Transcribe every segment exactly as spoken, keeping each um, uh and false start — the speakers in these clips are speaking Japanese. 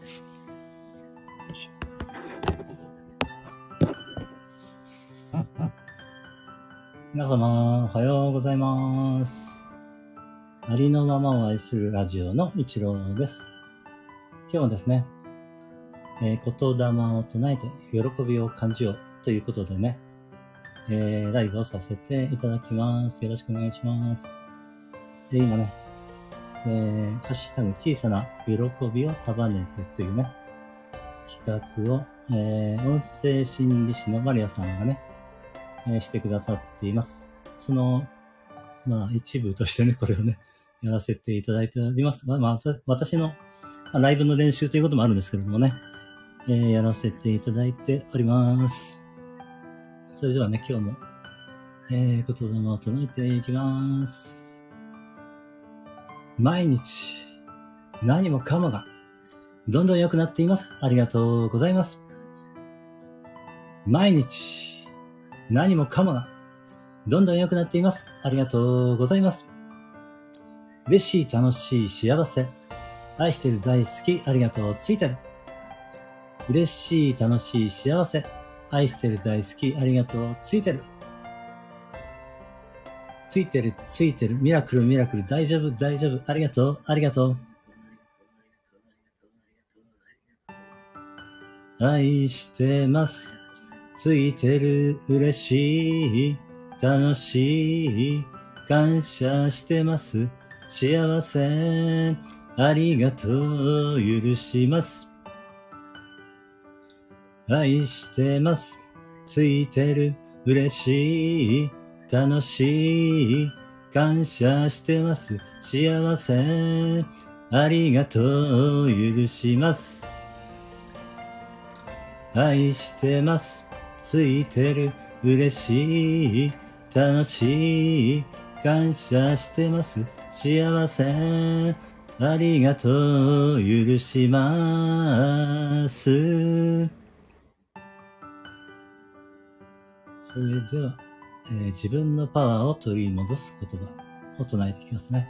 皆様、おはようございます。ありのままを愛するラジオの一郎です。今日はですね、えー、言霊を唱えて喜びを感じようということでね、えー、ライブをさせていただきます。よろしくお願いします。で、今ね、えー、ハッシュタグ小さな喜びを束ねてというね、企画を、えー、音声心理師のマリアさんがね、えー、してくださっています。その、まあ、一部としてね、これをね、やらせていただいております。まあ、まあ、私の、まあ、ライブの練習ということもあるんですけれどもね、えー、やらせていただいております。それではね、今日も、えー、言霊を唱えていきます。毎日、何もかもが、どんどん良くなっています。ありがとうございます。毎日、何もかもが、どんどん良くなっています。ありがとうございます。嬉しい、楽しい、幸せ。愛してる、大好き、ありがとう、ついてる。嬉しい、楽しい、幸せ。愛してる、大好き、ありがとう、ついてる。ついてる、ついてる、ミラクル、ミラクル、大丈夫、大丈夫、ありがとう、ありがとう。愛してます。ついてる、嬉しい、楽しい、感謝してます。幸せ、ありがとう、許します。愛してます。ついてる、嬉しい、楽しい、感謝してます。幸せ、ありがとう、許します。愛してます。ついてる、嬉しい、楽しい、感謝してます。幸せ、ありがとう、許します。それでは、えー、自分のパワーを取り戻す言葉を唱えていきますね。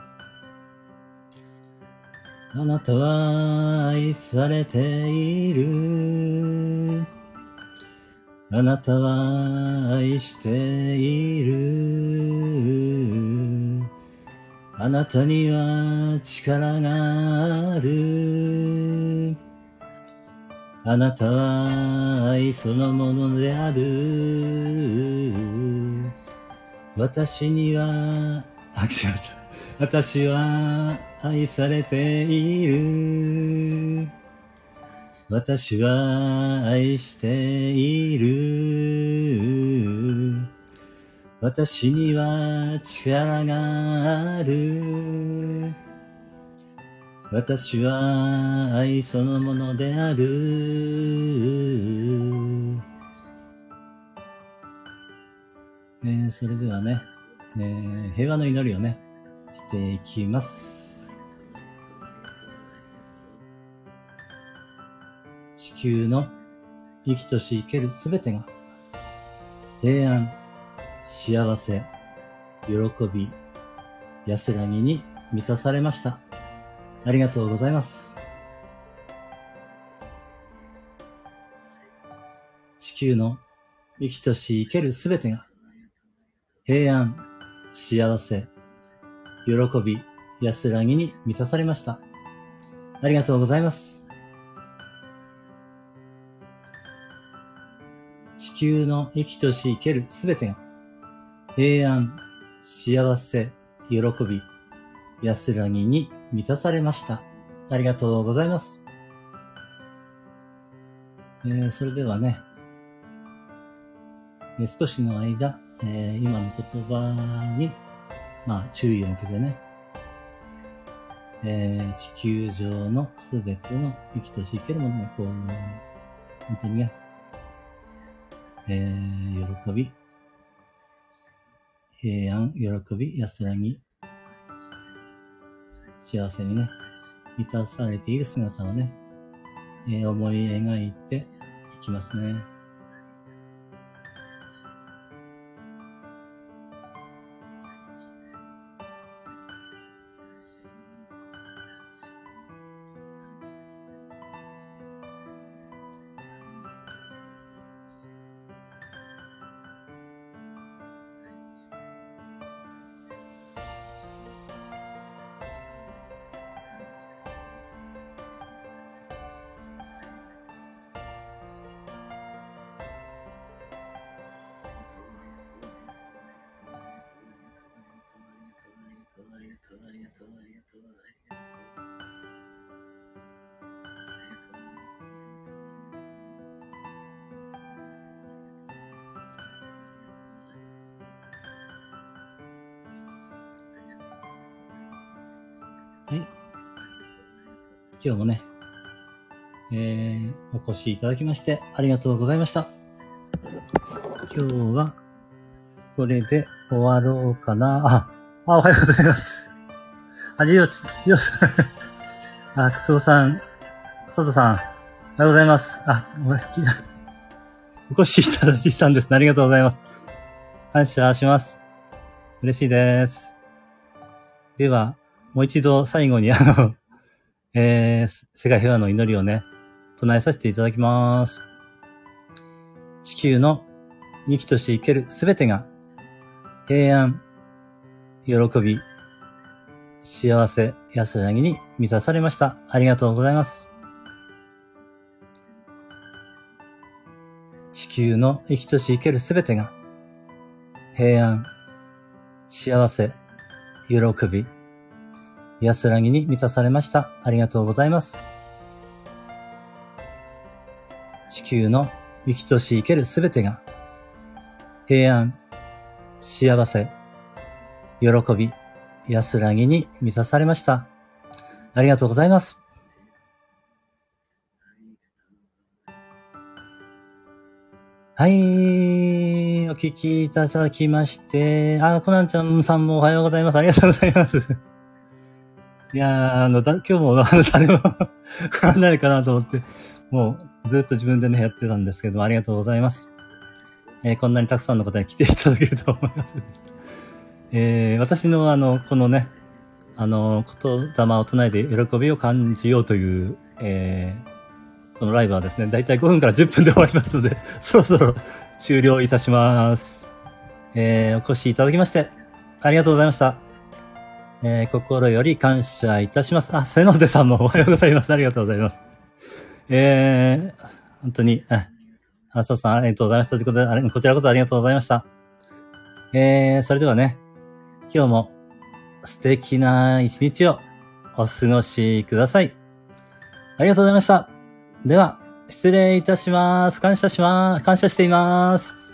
あなたは愛されている。あなたは愛している。あなたには力がある。あなたは愛そのものである。私には、あ、違った。私は愛されている。私は愛している。私には力がある。私は愛そのものである。えー、それではね、えー、平和の祈りをね、していきます。地球の生きとし生けるすべてが平安、幸せ、喜び、安らぎに満たされました。ありがとうございます。地球の生きとし生けるすべてが平安、幸せ、喜び、安らぎに満たされました。ありがとうございます。地球の生きとし生けるすべてが平安、幸せ、喜び、安らぎに満たされました。ありがとうございます。えー、それではね、えー、少しの間、えー、今の言葉に、まあ、注意を向けてね、えー、地球上のすべての生きとし生けるものがこう、本当にね、えー、喜び、平安、喜び、安らぎ、幸せにね、満たされている姿をね、えー、思い描いていきますね。 はい。今日もね、えー、お越しいただきましてありがとうございました。今日はこれで終わろうかな。あ、あ、おはようございます。あ、じよち、よし。あ、くそさん、そとさん、おはようございます。あ、お越しいただいたんですね。ありがとうございます。感謝します。嬉しいです。では、もう一度最後にあの、えー、世界平和の祈りをね、唱えさせていただきます。地球の生きとし生けるすべてが平安、喜び、幸せ、安らぎに満たされました。ありがとうございます。地球の生きとし生けるすべてが平安、幸せ、喜び、安らぎに満たされました。ありがとうございます。地球の生きとし生けるすべてが平安、幸せ、喜び、安らぎに満たされました。ありがとうございます。はい、お聞きいただきまして、あ、コナンちゃんさんもおはようございます。ありがとうございます。いやー、あの、だ今日も、あの、誰も来ないかなと思って、もうずっと自分でね、やってたんですけども、ありがとうございます。えー、こんなにたくさんの方に来ていただけると思います。えー、私のあの、このね、あの、言霊を唱えて喜びを感じようという、えー、このライブはですね、だいたいごふんからじゅっぷんで終わりますので、そろそろ終了いたします。えー、お越しいただきまして、ありがとうございました。えー、心より感謝いたします。あ、瀬野手さんもおはようございます。ありがとうございます。えー、本当に、あ、あささんありがとうございました。ということで、あれ、こちらこそありがとうございました。えー、それではね、今日も素敵な一日をお過ごしください。ありがとうございました。では、失礼いたします。感謝します。感謝しています。